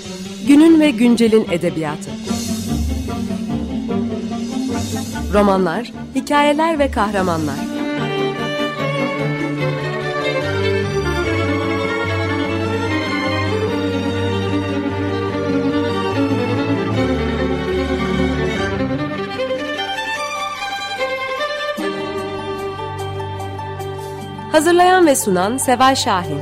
Günün ve güncelin edebiyatı. Romanlar, hikayeler ve kahramanlar. Hazırlayan ve sunan Seval Şahin.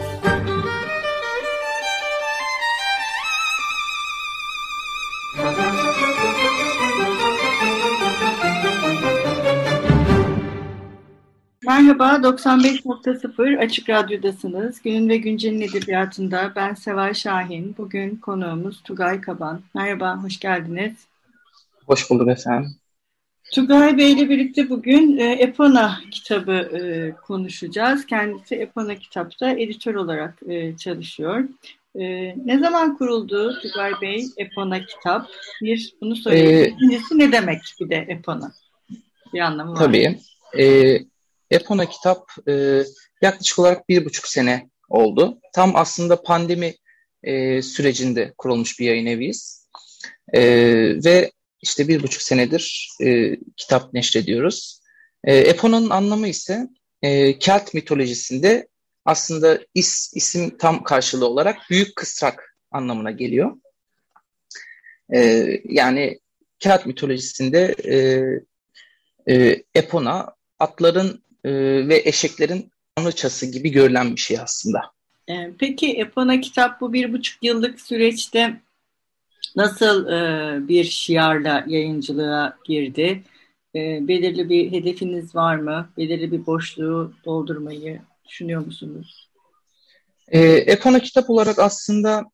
Merhaba, 95.0 Açık Radyo'dasınız. Günün ve Güncel'in edebiyatında ben Seval Şahin. Bugün konuğumuz Tugay Kaban. Merhaba, hoş geldiniz. Hoş bulduk efendim. Tugay Bey ile birlikte bugün Epona kitabı konuşacağız. Kendisi Epona kitapta editör olarak çalışıyor. Ne zaman kuruldu Tugay Bey Epona kitap? Bunu sorayım. İkincisi ne demek bir de Epona? Bir anlamı var. Tabii. Epona kitap yaklaşık olarak 1,5 sene oldu. Tam aslında pandemi sürecinde kurulmuş bir yayın eviyiz. Ve işte 1,5 senedir kitap neşrediyoruz. Epona'nın anlamı ise Kelt mitolojisinde aslında isim tam karşılığı olarak büyük kısrak anlamına geliyor. Yani Kelt mitolojisinde Epona atların ve eşeklerin tanrıçası gibi görülen bir şey aslında. Peki Epona kitap bu 1,5 yıllık süreçte nasıl bir şiarla yayıncılığa girdi? Belirli bir hedefiniz var mı? Belirli bir boşluğu doldurmayı düşünüyor musunuz? Epona kitap olarak aslında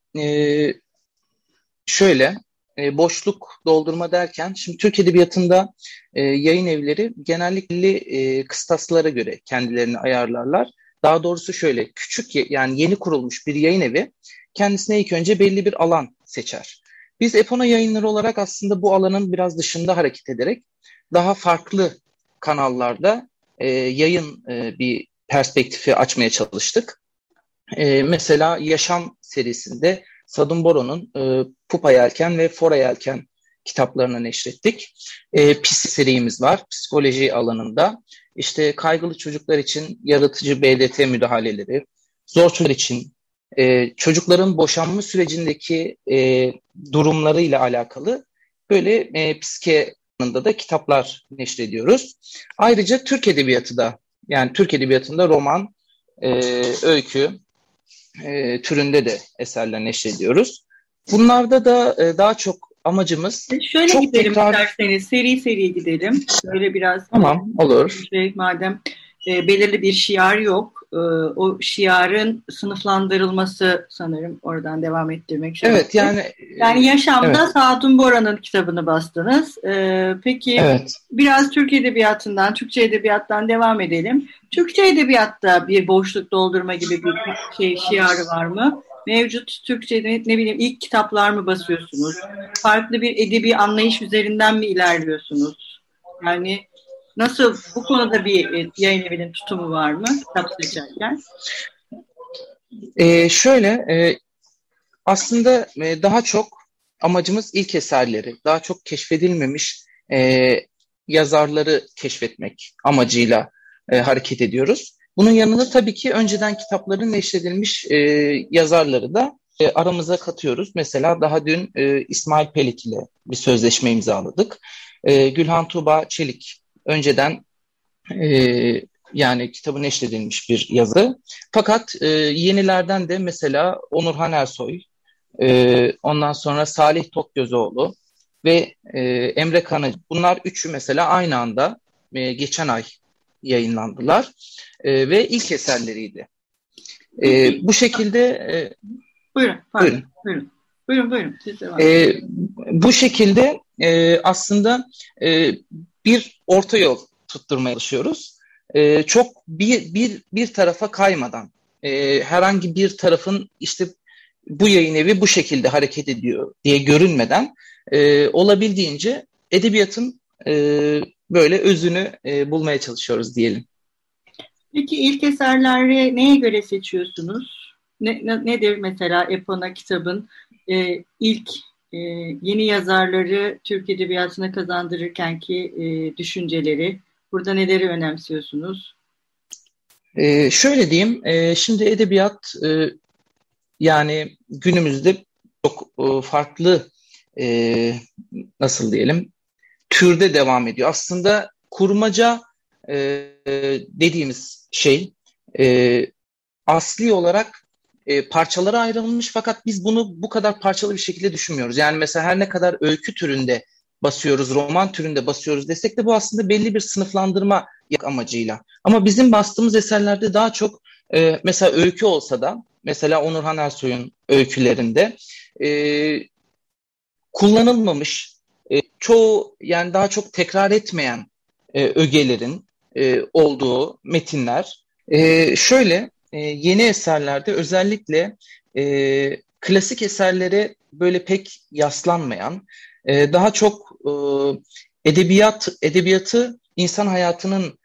şöyle boşluk doldurma derken şimdi Türk Edebiyatı'nda yayın evleri genellikle kıstaslara göre kendilerini ayarlarlar. Daha doğrusu şöyle küçük yani yeni kurulmuş bir yayın evi kendisine ilk önce belli bir alan seçer. Biz Epona Yayınları olarak aslında bu alanın biraz dışında hareket ederek daha farklı kanallarda yayın bir perspektifi açmaya çalıştık. Mesela Yaşam serisinde Sadun Boro'nun Pupa Yelken ve Fora Yelken kitaplarını neşrettik. Pis serimiz var psikoloji alanında. İşte kaygılı çocuklar için yaratıcı BDT müdahaleleri, zor çocuklar için çocukların boşanma sürecindeki durumlarıyla alakalı böyle psike alanında da kitaplar neşrediyoruz. Ayrıca Türk Edebiyatı da yani Türk Edebiyatı'nda roman, öykü türünde de eserler neşrediyoruz. Bunlarda da daha çok amacımız şöyle çok gidelim isterseniz seri gidelim. Böyle biraz tamam olur. Madem belirli bir şiar yok. O şiarın sınıflandırılması sanırım oradan devam ettirmek için. Evet yani Yaşam'da evet. Sadun Bora'nın kitabını bastınız. Peki evet. Biraz Türk Edebiyatı'ndan, Türkçe Edebiyat'tan devam edelim. Türkçe Edebiyat'ta bir boşluk doldurma gibi bir şiarı var mı? Mevcut Türkçe'de ne bileyim ilk kitaplar mı basıyorsunuz? Farklı bir edebi anlayış üzerinden mi ilerliyorsunuz? Yani nasıl bu konuda bir yayın evinin tutumu var mı kitap seçerken? Aslında daha çok amacımız ilk eserleri, daha çok keşfedilmemiş yazarları keşfetmek amacıyla hareket ediyoruz. Bunun yanında tabii ki önceden kitapların neşredilmiş yazarları da aramıza katıyoruz. Mesela daha dün İsmail Pelit ile bir sözleşme imzaladık. Gülhan Tuğba Çelik önceden yani kitabı neşredilmiş bir yazı. Fakat yenilerden de mesela Onurhan Ersoy, ondan sonra Salih Tokgözoğlu ve Emre Kanıcı. Bunlar üçü mesela aynı anda geçen ay yayınlandılar ve ilk eserleriydi. Bu şekilde Buyurun. Bu şekilde aslında bir orta yol tutturmaya çalışıyoruz. Çok bir tarafa kaymadan herhangi bir tarafın işte bu yayın evi bu şekilde hareket ediyor diye görünmeden olabildiğince edebiyatın böyle özünü bulmaya çalışıyoruz diyelim. Peki ilk eserleri neye göre seçiyorsunuz? Nedir mesela Epona kitabın ilk yeni yazarları Türk Edebiyatı'na kazandırırkenki düşünceleri, burada neleri önemsiyorsunuz? Şöyle diyeyim, şimdi edebiyat yani günümüzde çok farklı nasıl diyelim türde devam ediyor. Aslında kurmaca dediğimiz şey asli olarak parçalara ayrılmış fakat biz bunu bu kadar parçalı bir şekilde düşünmüyoruz. Yani mesela her ne kadar öykü türünde basıyoruz, roman türünde basıyoruz desek de bu aslında belli bir sınıflandırma amacıyla. Ama bizim bastığımız eserlerde daha çok mesela öykü olsa da mesela Onurhan Ersoy'un öykülerinde kullanılmamış çoğu yani daha çok tekrar etmeyen ögelerin olduğu metinler. Şöyle yeni eserlerde özellikle klasik eserlere böyle pek yaslanmayan, daha çok edebiyatı insan hayatının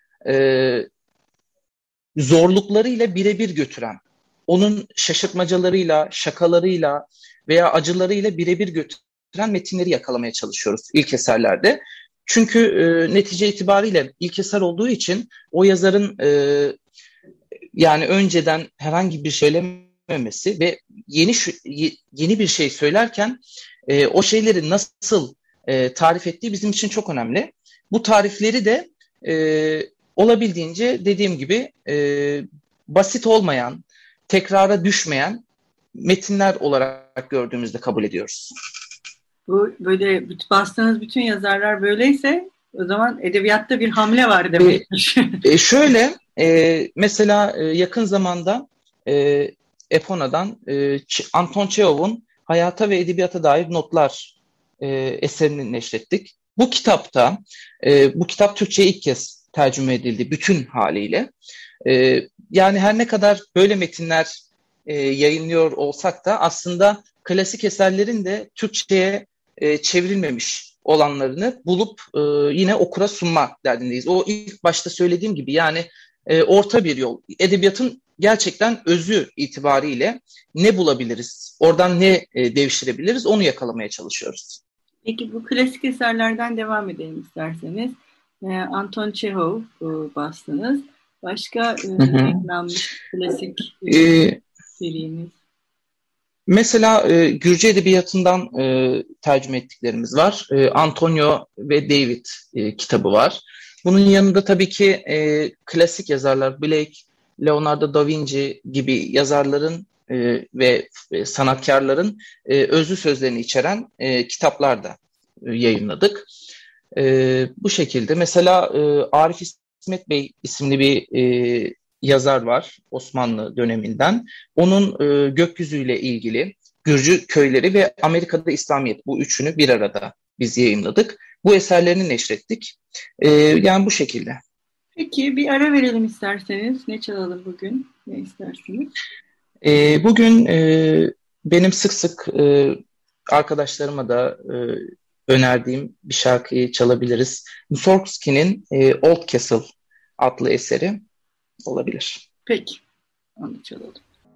zorluklarıyla birebir götüren, onun şaşırtmacalarıyla, şakalarıyla veya acılarıyla birebir götüren metinleri yakalamaya çalışıyoruz ilk eserlerde. Çünkü netice itibariyle ilk eser olduğu için o yazarın yani önceden herhangi bir şey söylememesi ve yeni bir şey söylerken o şeyleri nasıl tarif ettiği bizim için çok önemli. Bu tarifleri de olabildiğince dediğim gibi basit olmayan, tekrara düşmeyen metinler olarak gördüğümüzde kabul ediyoruz. Bu böyle bastığınız bütün yazarlar böyleyse o zaman edebiyatta bir hamle var demektir. Şöyle mesela yakın zamanda Epona'dan Anton Çehov'un Hayata ve Edebiyata Dair Notlar eserini neşrettik. Bu kitap Türkçe'ye ilk kez tercüme edildi bütün haliyle. Yani her ne kadar böyle metinler yayınlıyor olsak da aslında klasik eserlerin de Türkçe'ye çevrilmemiş olanlarını bulup yine okura sunma derdindeyiz. O ilk başta söylediğim gibi yani orta bir yol. Edebiyatın gerçekten özü itibariyle ne bulabiliriz? Oradan ne devşirebiliriz? Onu yakalamaya çalışıyoruz. Peki bu klasik eserlerden devam edelim isterseniz. Anton Çehov bastınız. Başka yayınlanmış klasik seriniz? Mesela Gürcü Edebiyatı'ndan tercüme ettiklerimiz var. Antonio ve David kitabı var. Bunun yanında tabii ki klasik yazarlar Blake, Leonardo da Vinci gibi yazarların ve sanatkarların özlü sözlerini içeren kitaplar da yayınladık. Bu şekilde mesela Arif İsmet Bey isimli bir yazar var Osmanlı döneminden. Onun gökyüzüyle ilgili Gürcü köyleri ve Amerika'da İslamiyet bu üçünü bir arada biz yayımladık. Bu eserlerini neşrettik. Yani bu şekilde. Peki bir ara verelim isterseniz. Ne çalalım bugün? Ne istersiniz? Bugün benim sık sık arkadaşlarıma da önerdiğim bir şarkıyı çalabiliriz. Mussorgsky'nin Old Castle adlı eseri olabilir. Peki, onu çalalım.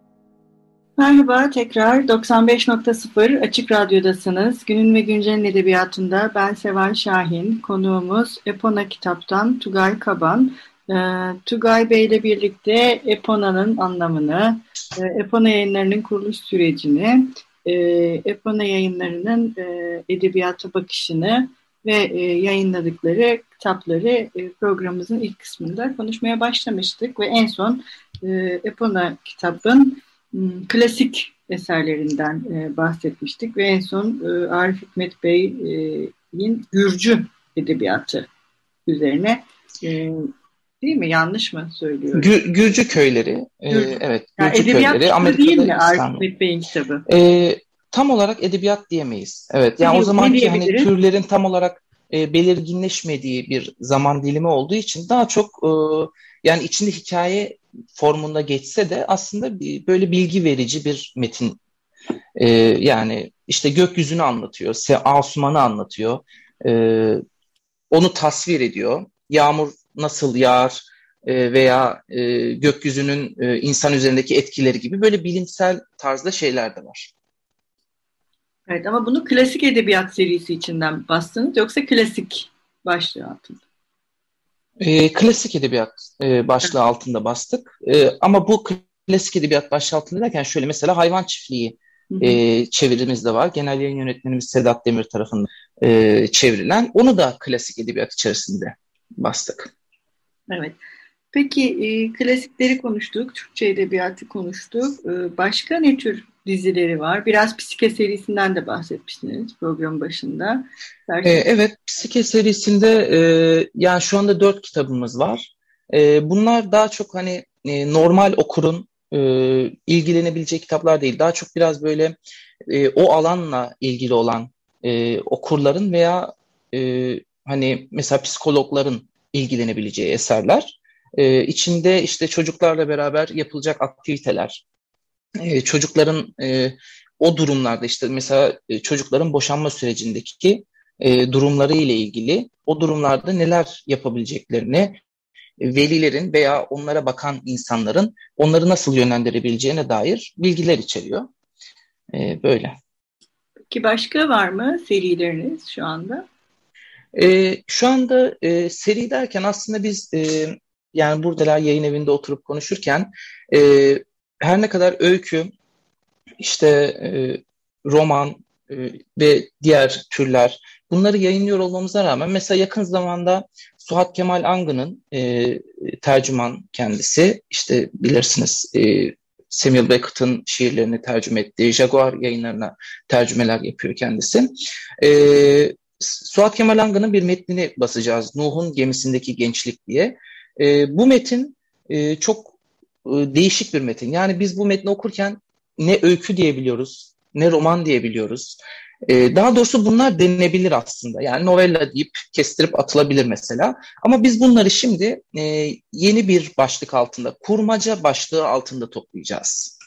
Merhaba, tekrar 95.0 Açık Radyo'dasınız. Günün ve Güncel'in edebiyatında ben Seval Şahin, konuğumuz Epona kitaptan Tugay Kaban. Tugay Bey ile birlikte Epona'nın anlamını, Epona yayınlarının kuruluş sürecini, Epona yayınlarının edebiyata bakışını ve yayınladıkları kitapları programımızın ilk kısmında konuşmaya başlamıştık ve en son Epona kitabın klasik eserlerinden bahsetmiştik ve en son Arif Hikmet Bey'in Gürcü edebiyatı üzerine değil mi? Yanlış mı söylüyorum? Gürcü köyleri. Evet. Yani Gürcü edebiyat köyleri. değil mi Arif Hikmet Bey'in kitabı? Tam olarak edebiyat diyemeyiz. Evet. Yani o zamanki hani türlerin tam olarak belirginleşmediği bir zaman dilimi olduğu için daha çok yani içinde hikaye formunda geçse de aslında böyle bilgi verici bir metin. Yani işte gökyüzünü anlatıyor, Asuman'ı anlatıyor, onu tasvir ediyor. Yağmur nasıl yağar veya gökyüzünün insan üzerindeki etkileri gibi böyle bilimsel tarzda şeyler de var. Evet, ama bunu klasik edebiyat serisi içinden bastınız yoksa klasik başlığı altında? Klasik edebiyat başlığı altında bastık. Ama bu klasik edebiyat başlığı altında derken şöyle, mesela Hayvan Çiftliği Hı hı. çevirimiz de var. Genel yayın yönetmenimiz Sedat Demir tarafından çevrilen. Onu da klasik edebiyat içerisinde bastık. Evet. Peki klasikleri konuştuk, Türkçe edebiyatı konuştuk. Başka ne tür dizileri var? Biraz Psike serisinden de bahsetmiştiniz programın başında. Evet, Psike serisinde yani şu anda 4 kitabımız var. Bunlar daha çok hani normal okurun ilgilenebileceği kitaplar değil. Daha çok biraz böyle o alanla ilgili olan okurların veya hani mesela psikologların ilgilenebileceği eserler. İçinde işte çocuklarla beraber yapılacak aktiviteler, çocukların o durumlarda işte mesela çocukların boşanma sürecindeki durumları ile ilgili, o durumlarda neler yapabileceklerini, velilerin veya onlara bakan insanların onları nasıl yönlendirebileceğine dair bilgiler içeriyor. Böyle. Peki başka var mı serileriniz şu anda? Şu anda seri derken aslında biz yani buradalar yayın evinde oturup konuşurken e, her ne kadar öykü, işte roman ve diğer türler, bunları yayınlıyor olmamıza rağmen mesela yakın zamanda Suat Kemal Angı'nın tercüman kendisi, işte bilirsiniz Samuel Beckett'ın şiirlerini tercüme ettiği Jaguar yayınlarına tercümeler yapıyor kendisi. E, Suat Kemal Angı'nın bir metnini basacağız, Nuh'un Gemisindeki Gençlik diye. Bu metin çok değişik bir metin. Yani biz bu metni okurken ne öykü diyebiliyoruz, ne roman diyebiliyoruz. Daha doğrusu bunlar denilebilir aslında. Yani novella deyip kestirip atılabilir mesela. Ama biz bunları şimdi yeni bir başlık altında, kurmaca başlığı altında toplayacağız.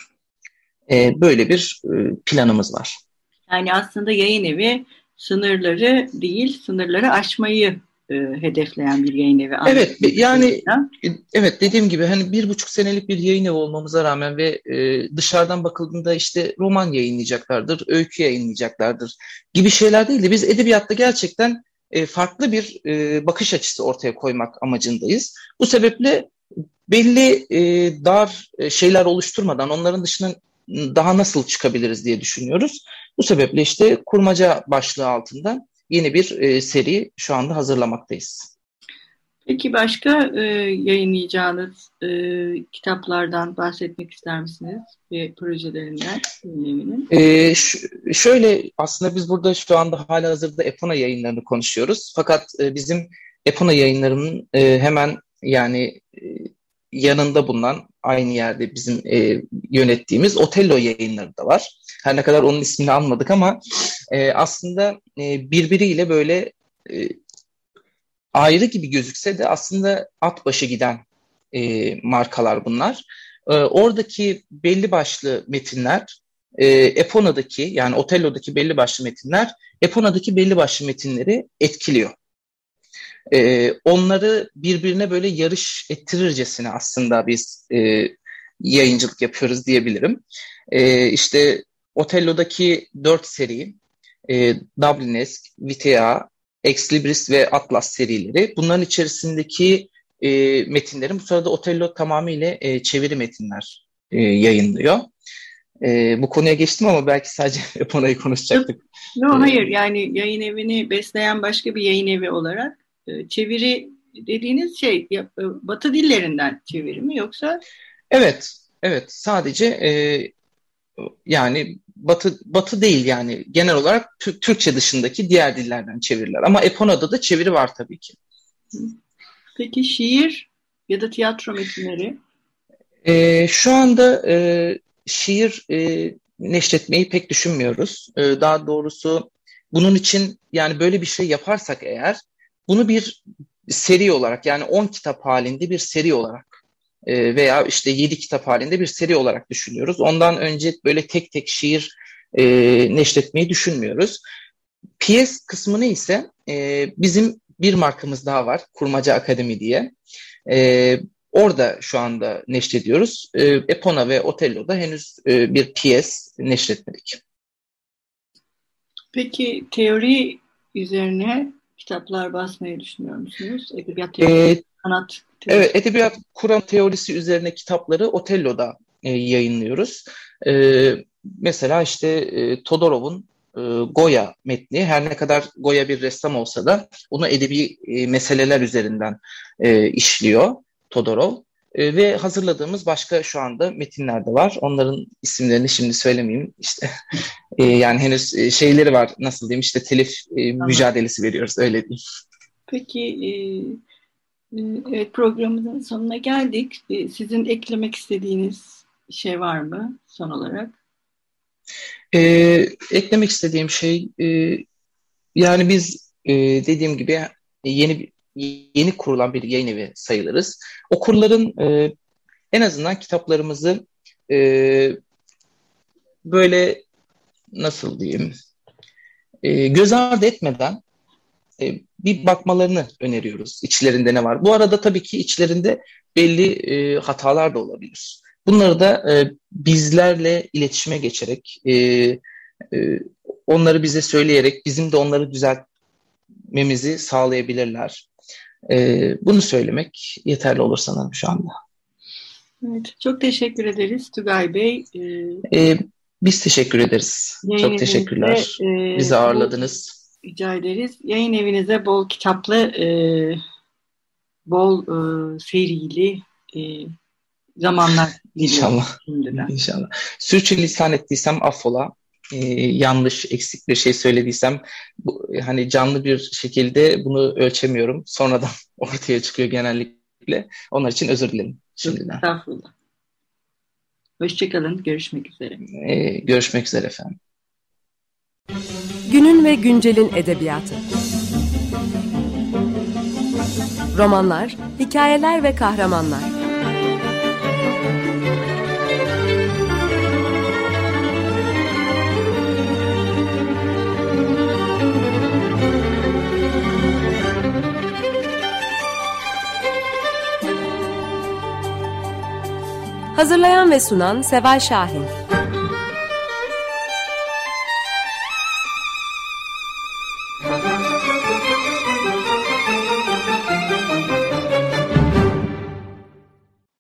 Böyle bir planımız var. Yani aslında yayın evi sınırları değil, sınırları aşmayı hedefleyen bir yayın evi. Evet, yani evet, dediğim gibi hani 1,5 senelik bir yayın evi olmamıza rağmen ve dışarıdan bakıldığında işte roman yayınlayacaklardır, öykü yayınlayacaklardır gibi şeyler değil de biz edebiyatta gerçekten farklı bir bakış açısı ortaya koymak amacındayız. Bu sebeple belli dar şeyler oluşturmadan onların dışına daha nasıl çıkabiliriz diye düşünüyoruz. Bu sebeple işte kurmaca başlığı altında yeni bir seri şu anda hazırlamaktayız. Peki başka yayınlayacağınız kitaplardan bahsetmek ister misiniz? Ve projelerinden? Şöyle, aslında biz burada şu anda halihazırda Epona yayınlarını konuşuyoruz. Fakat bizim Epona yayınlarının hemen yani yanında bulunan, aynı yerde bizim yönettiğimiz Otello yayınları da var. Her ne kadar onun ismini almadık ama aslında birbiriyle böyle ayrı gibi gözükse de aslında at başı giden markalar bunlar. Oradaki belli başlı metinler, Epona'daki yani Otello'daki belli başlı metinler, Epona'daki belli başlı metinleri etkiliyor. Onları birbirine böyle yarış ettirircesine aslında biz yayıncılık yapıyoruz diyebilirim. İşte Otello'daki 4 seri, Dublinesk, Vitea, Ex Libris ve Atlas serileri. Bunların içerisindeki metinlerin bu sırada Otello tamamıyla çeviri metinler yayınlıyor. Bu konuya geçtim ama belki sadece Epona'yı konuşacaktık. Hayır, yani yayın evini besleyen başka bir yayın evi olarak çeviri dediğiniz şey Batı dillerinden çeviri mi yoksa? Evet, sadece yani Batı değil, yani genel olarak Türkçe dışındaki diğer dillerden çeviriler. Ama Epona'da da çeviri var tabii ki. Peki şiir ya da tiyatro metinleri? Şu anda şiir neşretmeyi pek düşünmüyoruz. Daha doğrusu bunun için yani böyle bir şey yaparsak eğer bunu bir seri olarak, yani 10 kitap halinde bir seri olarak veya işte 7 kitap halinde bir seri olarak düşünüyoruz. Ondan önce böyle tek tek şiir neşretmeyi düşünmüyoruz. Piyes kısmını ise bizim bir markamız daha var, Kurmaca Akademi diye. Orada şu anda neşrediyoruz. Epona ve Otello'da henüz bir piyes neşretmedik. Peki teori üzerine kitaplar basmayı düşünüyor musunuz? Edebiyat teorisi, sanat teorisi. Evet, edebiyat kuram teorisi üzerine kitapları Otello'da yayınlıyoruz. Mesela işte Todorov'un Goya metni, her ne kadar Goya bir ressam olsa da onu edebi meseleler üzerinden işliyor Todorov. Ve hazırladığımız başka şu anda metinler de var. Onların isimlerini şimdi söylemeyeyim. İşte yani henüz şeyleri var, nasıl diyeyim, işte telif mücadelesi veriyoruz, öyle diyeyim. Peki evet, programımızın sonuna geldik. Sizin eklemek istediğiniz şey var mı son olarak? Eklemek istediğim şey, yani biz dediğim gibi yeni kurulan bir yayın evi sayılırız. Okurların en azından kitaplarımızı böyle, nasıl diyeyim, göz ardı etmeden bir bakmalarını öneriyoruz. İçlerinde ne var? Bu arada tabii ki içlerinde belli hatalar da olabilir. Bunları da bizlerle iletişime geçerek, onları bize söyleyerek bizim de onları düzeltmemizi sağlayabilirler. Bunu söylemek yeterli olur sanırım şu anda. Evet, çok teşekkür ederiz Tugay Bey. Biz teşekkür ederiz. Çok teşekkürler. Bizi ağırladınız. Rica ederiz. Yayın evinize bol kitaplı, bol serili zamanlar İnşallah. İnşallah. Sürçülisan ettiysem affola. Yanlış, eksik bir şey söylediysem, hani canlı bir şekilde bunu ölçemiyorum. Sonradan ortaya çıkıyor genellikle. Onlar için özür dilerim şimdiden. Estağfurullah. Hoşçakalın. Görüşmek üzere. Görüşmek üzere efendim. Günün ve güncelin edebiyatı. Romanlar, hikayeler ve kahramanlar. Hazırlayan ve sunan Seval Şahin.